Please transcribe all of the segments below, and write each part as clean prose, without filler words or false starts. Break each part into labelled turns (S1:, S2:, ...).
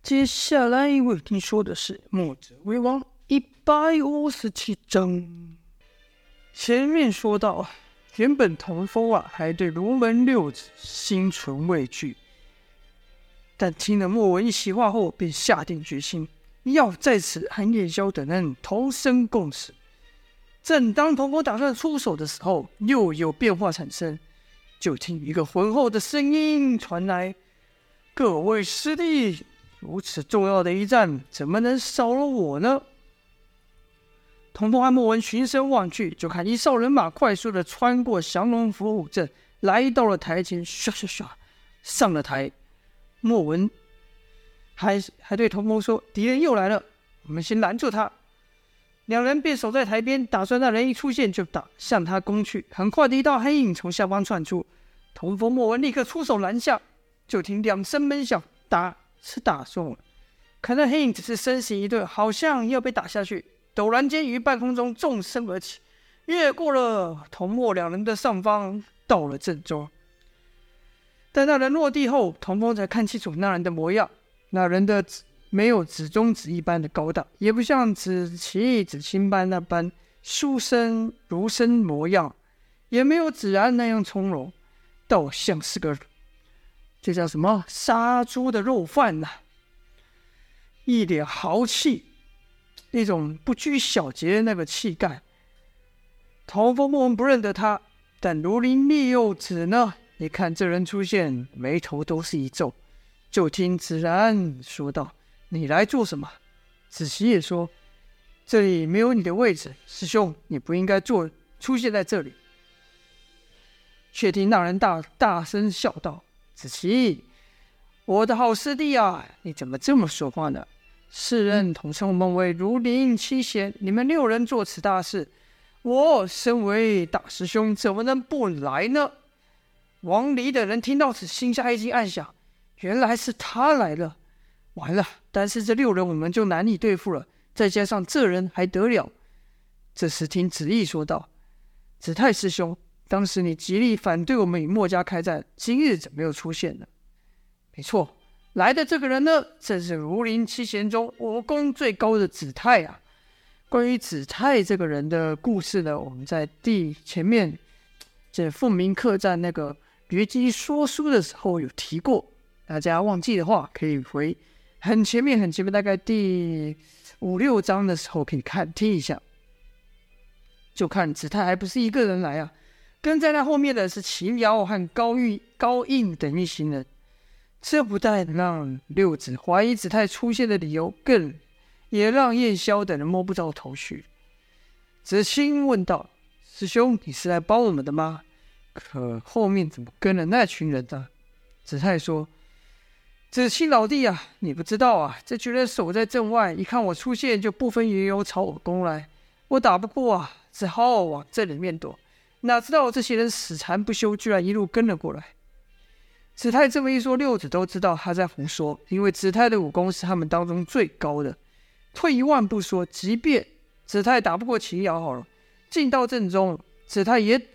S1: 接下来为听说的是《墨者为王》157章。前面说到，原本童风还对卢门六子心存畏惧，但听了莫文一席话后，便下定决心要在此和夜宵等人同生共死。正当童风打算出手的时候，又有变化产生，就听一个浑厚的声音传来：“各位师弟，如此重要的一战，怎么能少了我呢？”童风和莫文循声望去，就看一哨人马快速的穿过降龙伏虎阵，来到了台前，唰唰唰上了台。莫文还对童风说：“敌人又来了，我们先拦住他。”两人便守在台边，打算那人一出现就向他攻去。很快的一道黑影从下方窜出，童风、莫文立刻出手拦下。就听两声闷响，打中了。可那黑影只是身形一顿，好像要被打下去，陡然间于半空中纵身而起，越过了童莫两人的上方，到了正中。待那人落地后，童风才看清楚那人的模样。那人的没有紫中子一般的高大，也不像紫琪、紫青般那般书生儒生模样，也没有子然那样从容，倒像是个这叫什么杀猪的肉贩一脸豪气，一种不拘小节的那个气概。童风莫文不认得他，但如林烈幼子呢，一看这人出现，眉头都是一皱。就听子然说道：“你来做什么？”子琪也说：“这里没有你的位置，师兄，你不应该出现在这里。”却听那人大声笑道：“子琪，我的好师弟啊，你怎么这么说话呢？世人统称我们为如林七贤，你们6人做此大事，我身为大师兄，怎么能不来呢？”王离的人听到此，心下一惊，暗想：原来是他来了，完了，但是这6人我们就难以对付了，再加上这人还得了。这时听子义说道：“子泰师兄，当时你极力反对我们与墨家开战，今日怎么又出现了？”“没错，来的这个人呢，正是如林七贤中武功最高的子泰啊。”关于子泰这个人的故事呢，我们在前面这凤鸣客栈那个驴姬说书的时候有提过，大家忘记的话可以回很前面，大概第5、6章的时候可以听一下。就看子泰还不是一个人来啊，跟在那后面的是秦瑶和高应等一行人。这不但让六子怀疑子泰出现的理由，更也让燕霄等人摸不着头绪。子清问道：“师兄，你是来帮我们的吗？可后面怎么跟了那群人呢？”子泰说：“子清老弟啊，你不知道啊，这群人守在阵外，一看我出现就不分缘由朝我攻来，我打不过啊，只好往这里面躲。哪知道这些人死缠不休，居然一路跟了过来。”子泰这么一说，六子都知道他在胡说，因为子泰的武功是他们当中最高的。退一万步说，即便子泰打不过秦瑶好了，进到阵中，子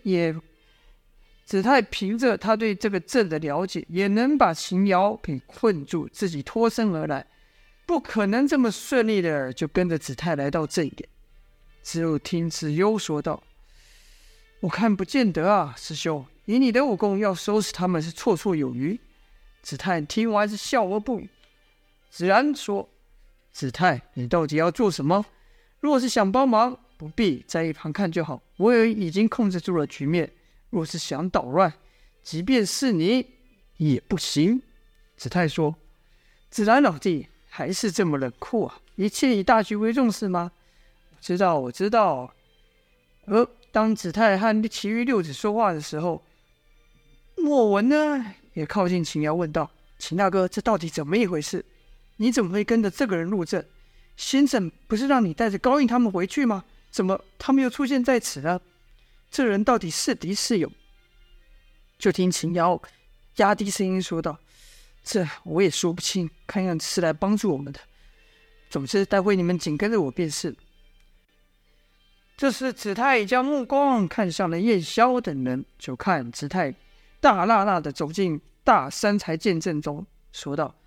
S1: 泰凭着他对这个阵的了解，也能把秦瑶给困住，自己脱身而来，不可能这么顺利的就跟着子泰来到这一点。只有听子悠说道：“我看不见得啊，师兄，以你的武功要收拾他们是绰绰有余。”子泰听完是笑而不语。子然说：“子泰，你到底要做什么？若是想帮忙，不必在一旁看就好，我也已经控制住了局面。若是想捣乱，即便是你也不行。”子泰说：“子然老弟还是这么冷酷啊，一切以大局为重是吗？”“我知道。”而当子泰和其余六子说话的时候，莫文呢也靠近秦瑶问道：“秦大哥，这到底怎么一回事？你怎么会跟着这个人入阵？先生不是让你带着高应他们回去吗？怎么他们又出现在此呢？这人到底是敌是友？”就听秦瑶压低声音说道：“这我也说不清，看样子是来帮助我们的。总之待会你们紧跟着我便是。”这时子泰将目光看向了燕霄等人，就看子泰大辣辣的走进大三才剑阵中，说道：“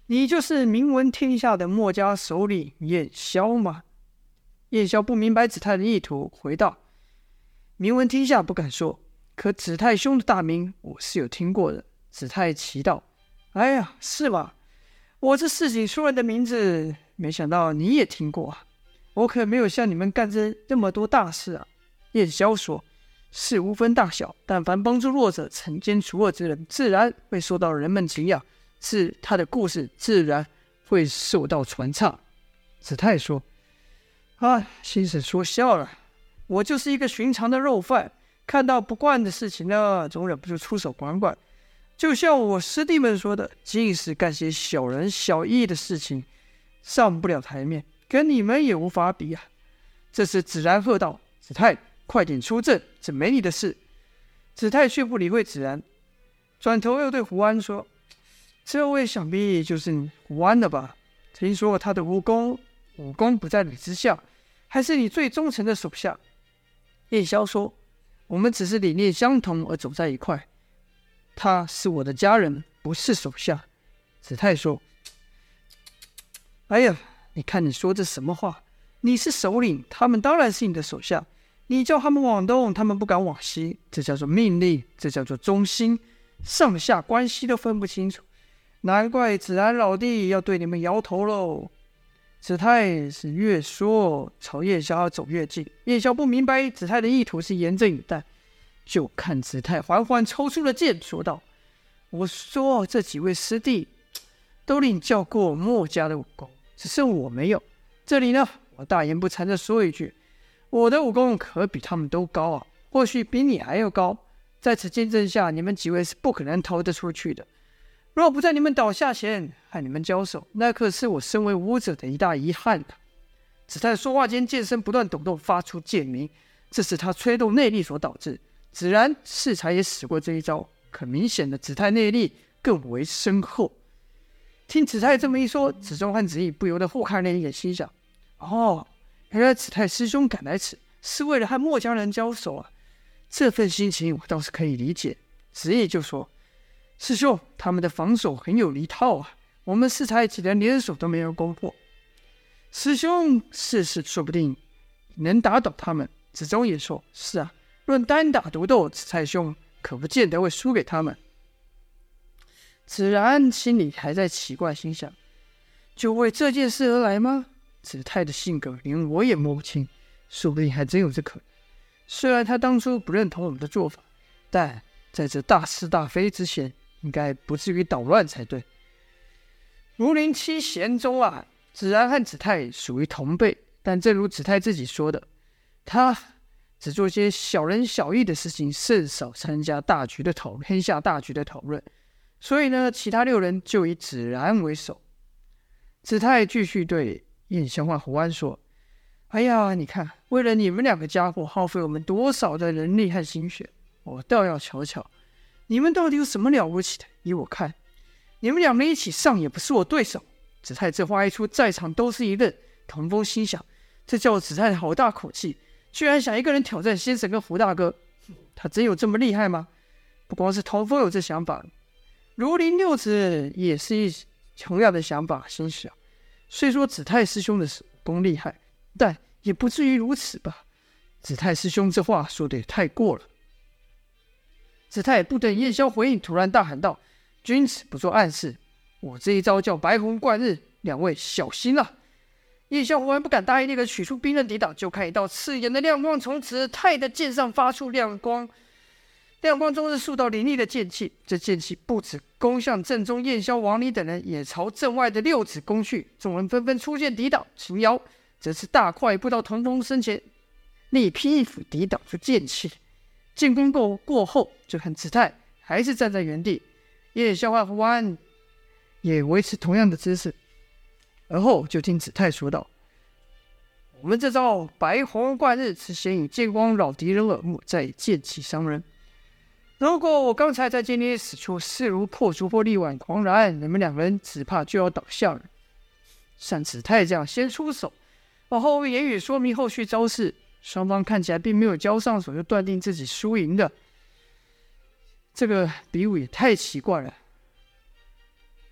S1: 你就是名闻天下的墨家首领燕萧吗？”燕萧不明白子泰的意图，回道：“名闻天下不敢说，可子泰兄的大名我是有听过的。”子泰奇道：“哎呀，是吗？我这市井书人的名字，没想到你也听过啊！我可没有像你们干这么多大事啊。”燕萧说：“事无分大小，但凡帮助弱者、惩奸除恶之人，自然会受到人们敬仰，是他的故事自然会受到传唱。”子泰说：“啊，先生说笑了，我就是一个寻常的肉贩，看到不惯的事情呢，总忍不住出手管管。就像我师弟们说的，尽是干些小人小义的事情，上不了台面，跟你们也无法比啊。”这时子然喝道：“子泰，快点出阵，这没你的事。”子泰却不理会子然，转头又对胡安说：“这位想必就是胡安了吧？听说他的武功不在你之下，还是你最忠诚的手下。”燕萧说：“我们只是理念相同而走在一块，他是我的家人，不是手下。”子泰说：“哎呀，你看你说这什么话？你是首领，他们当然是你的手下。你叫他们往东，他们不敢往西，这叫做命令，这叫做忠心，上下关系都分不清楚。难怪子安老弟要对你们摇头喽。”子泰是越说朝燕萧走越近，燕萧不明白子泰的意图，是严阵以待。就看子泰缓缓抽出了剑，说道：“我说这几位师弟都领教过墨家的武功，只剩我没有。这里呢，我大言不惭的说一句，我的武功可比他们都高啊，或许比你还要高。在此剑阵下，你们几位是不可能逃得出去的。若不在你们倒下前和你们交手，那可是我身为武者的一大遗憾啊。”子泰说话间，剑身不断抖动，发出剑鸣，这是他催动内力所导致。子然适才也使过这一招，可明显的子泰内力更为深厚。听子泰这么一说，子忠和子义不由得互看了一眼，心想：哦，原来子泰师兄赶来此是为了和墨家人交手啊！这份心情我倒是可以理解。子义就说：“师兄，他们的防守很有一套啊，我们适才几人联手都没有攻破。师兄试试，说不定能打倒他们。”子忠也说：“是啊，论单打独斗，子泰兄可不见得会输给他们。”子然心里还在奇怪，心想：就为这件事而来吗？子泰的性格连我也摸不清，说不定还真有这可能。虽然他当初不认同我们的做法，但在这大是大非之前，应该不至于捣乱才对。如林七贤中啊，子然和子泰属于同辈，但正如子泰自己说的，他只做些小人小义的事情，甚少参加天下大局的讨论。所以呢，其他6人就以子然为首。子泰继续对燕萧和胡安说：“哎呀，你看，为了你们2个家伙，耗费我们多少的人力和心血，我倒要瞧瞧，你们到底有什么了不起的？依我看，你们2人一起上也不是我对手。”子泰这话一出，在场都是一愣。童风心想：这叫子泰好大口气，居然想一个人挑战先生跟胡大哥，他真有这么厉害吗？不光是童风有这想法，如林六子也是同样的想法，心想：虽说子泰师兄的武功厉害，但也不至于如此吧？子泰师兄这话说的也太过了。子泰不等燕萧回应，突然大喊道：“君子不做暗事，我这一招叫白虹贯日，2位小心了！”燕萧忽然不敢大意，立刻取出兵刃抵挡，就看一道刺眼的亮光从子泰的剑上发出，亮光中是数道凌厉的剑气。这剑气不止攻向正中燕萧、王离等人，也朝阵外的6子攻去。众人纷纷出剑抵挡。秦瑶则是大快步到童风身前，力劈一斧抵挡住剑气。剑攻过后，就看子泰还是站在原地，燕萧和胡安也维持同样的姿势。而后就听子泰说道：“我们这招白虹贯日是先以剑光扰敌人耳目，再以剑气伤人。如果我刚才在剑里使出势如破竹或力挽狂澜，你们2人只怕就要倒下了。像子泰这样先出手，往后言语说明后续招式，双方看起来并没有交上手就断定自己输赢的，这个比武也太奇怪了。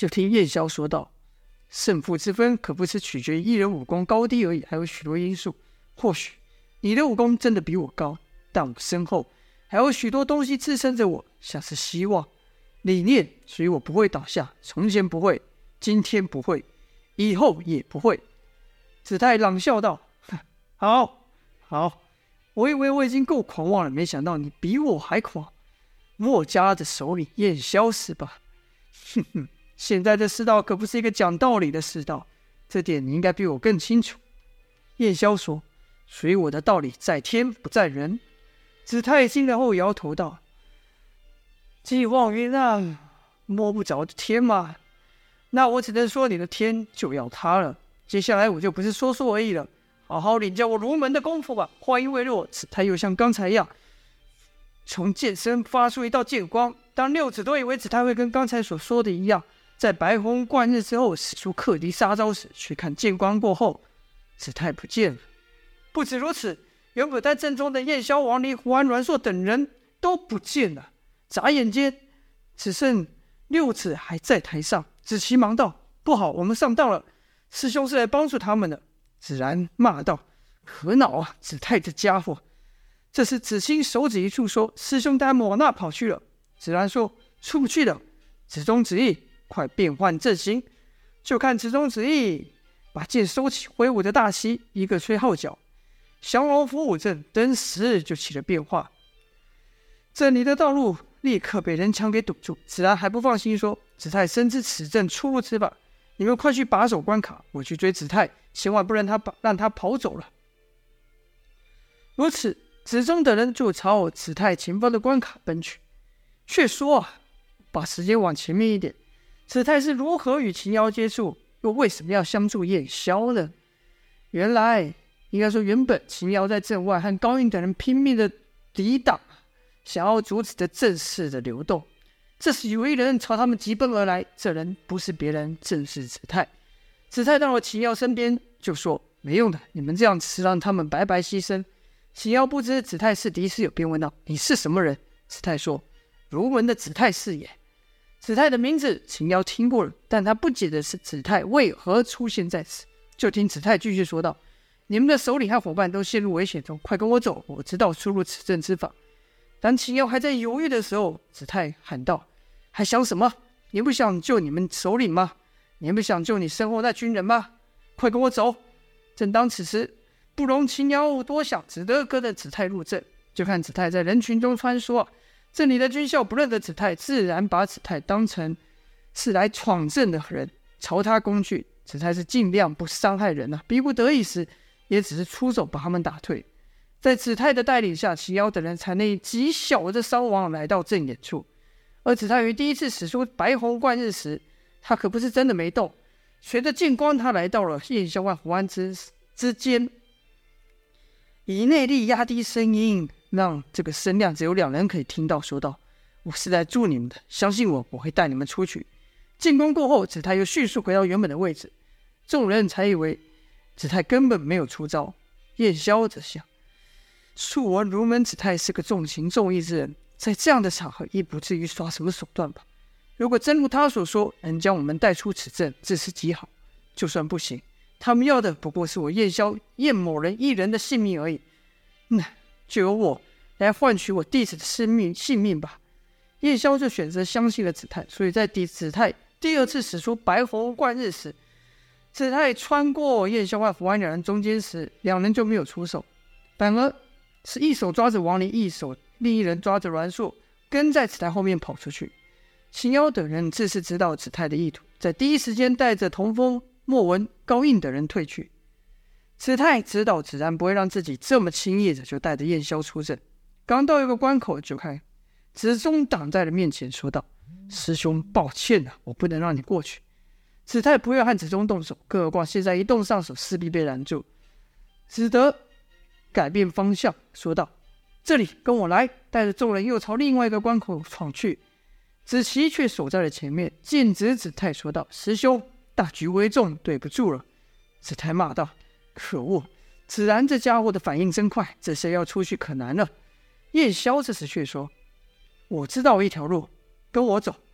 S1: 就听燕霄说道：“胜负之分可不是取决于一人武功高低而已，还有许多因素。或许你的武功真的比我高，但我身后还有许多东西支撑着我，像是希望、理念，所以我不会倒下。从前不会，今天不会，以后也不会。”子泰冷笑道：“好，我以为我已经够狂妄了，没想到你比我还狂。墨家的首领燕霄是吧？哼哼，现在这世道可不是一个讲道理的世道，这点你应该比我更清楚。”燕霄说：“所以我的道理在天不在人。”子泰听了后摇头道：“寄望于那摸不着的天嘛，那我只能说你的天就要塌了。接下来我就不是说说而已了，好好领教我儒门的功夫吧。”话音未落，子泰又像刚才一样从剑身发出一道剑光。当六子都以为子泰会跟刚才所说的一样，在白虹贯日之后使出克敌杀招时，去看剑光过后，子泰不见了。不止如此，原本在阵中的燕霄、王离、胡安、阮硕等人都不见了。眨眼间，只剩六子还在台上。子期忙道：“不好，我们上当了，师兄是来帮助他们的。”子然骂道：“可恼啊，子泰这家伙！”这时子清手指一处说：“师兄带他们往那跑去了。”子然说：“出不去了。”子忠旨意：“快变换阵型。”就看子忠旨意把剑收起，挥舞着大旗，一个吹号角，降龙伏虎阵登时就起了变化。这里的道路立刻被人墙给堵住。子然还不放心说：“子泰深知此阵出入之法，你们快去把守关卡，我去追子泰，千万不让他跑走了。”如此，子忠等人就朝子泰前方的关卡奔去。却说啊，把时间往前面一点，子泰是如何与秦瑶接触，又为什么要相助燕霄呢？原本秦瑶在阵外和高印等人拼命的抵挡，想要阻止这阵势的流动。这时有一人朝他们急奔而来，这人不是别人，正是子泰。子泰到了秦瑶身边就说：“没用的，你们这样只是让他们白白牺牲。”秦瑶不知子泰是敌是友，便问道：“你是什么人？”子泰说：“儒门的子泰是也。”子泰的名字秦瑶听过了，但他不解的是子泰为何出现在此。就听子泰继续说道：“你们的首领和伙伴都陷入危险中，快跟我走，我知道出入此阵之法。”当秦瑶还在犹豫的时候，子泰喊道：“还想什么？你不想救你们首领吗？你不想救你身后那群人吗？快跟我走！”正当此时，不容秦瑶多想，只得跟着子泰入阵。就看子泰在人群中穿梭，这里的军校不认得子泰，自然把子泰当成是来闯阵的人，朝他攻去。子泰是尽量不伤害人逼不得已时，也只是出手把他们打退。在子泰的带领下，齐瑶等人才能以极小的伤亡来到阵眼处。而子泰于第一次使出白虹贯日时，他可不是真的没动。随着剑光，他来到了燕霄和胡安之间，以内力压低声音，让这个声量只有两人可以听到，说道：“我是来助你们的，相信我，我会带你们出去。”进攻过后，子泰又迅速回到原本的位置，众人才以为子泰根本没有出招。燕霄则想，恕我儒门子泰是个重情重义之人，在这样的场合亦不至于耍什么手段吧。如果真如他所说，能将我们带出此阵，这是极好。就算不行，他们要的不过是我燕霄燕某人一人的性命而已，就由我来换取我弟子的性命吧。燕霄就选择相信了子泰，所以在子泰第二次使出白虹贯日时，子泰穿过燕霄和胡安两人中间时，两人就没有出手，反而是一手抓着王林，另一人抓着阮硕，跟在子泰后面跑出去。秦瑶等人自是知道子泰的意图，在第一时间带着童风、莫文、高印等人退去。子泰知道子然不会让自己这么轻易的就带着燕霄出阵，刚到一个关口，就看子忠挡在了面前，说道：“师兄，抱歉了，我不能让你过去。”子泰不愿和子忠动手，更何况现在一动上手势必被拦住，只得改变方向，说道：“这里，跟我来！”带着众人又朝另外一个关口闯去。子期却守在了前面，剑指子泰说道：“师兄，大局为重，对不住了。”子泰骂道：“可恶！子然这家伙的反应真快，这些要出去可难了。”燕霄这时却说：“我知道一条路，跟我走。”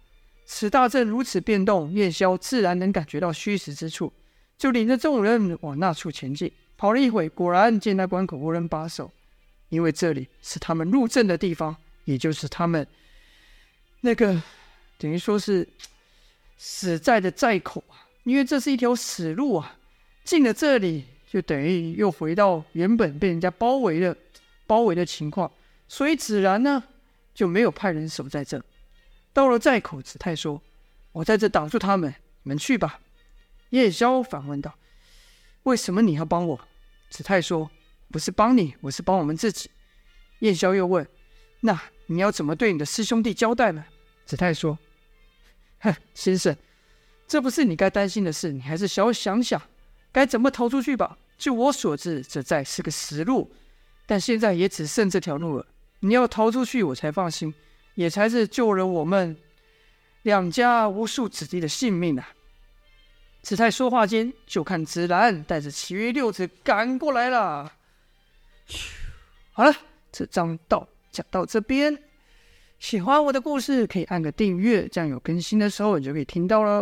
S1: 此大阵如此变动，叶萧自然能感觉到虚实之处，就领着众人往那处前进。跑了一会，果然见那关口无人把守，因为这里是他们入阵的地方，也就是他们那个等于说是死在的寨口啊，因为这是一条死路啊。进了这里，就等于又回到原本被人家包围的情况，所以自然呢就没有派人守在这。到了寨口，子泰说：“我在这挡住他们，你们去吧。”叶萧反问道：“为什么你要帮我？”子泰说：“不是帮你，我是帮我们自己。”叶萧又问：“那你要怎么对你的师兄弟交代呢？”子泰说：“哼，先生，这不是你该担心的事，你还是想想该怎么逃出去吧。据我所知，这寨是个死路，但现在也只剩这条路了。你要逃出去，我才放心，也才是救了我们两家无数子弟的性命啊。”子泰说话间，就看子兰带着其余6子赶过来了。好了，这章讲到这边。喜欢我的故事可以按个订阅，这样有更新的时候你就可以听到了。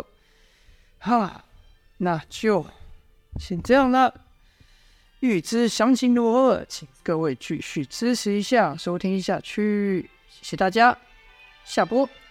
S1: 那就先这样了。欲知详情如何，请各位继续支持一下，收听下去。谢谢大家，下播。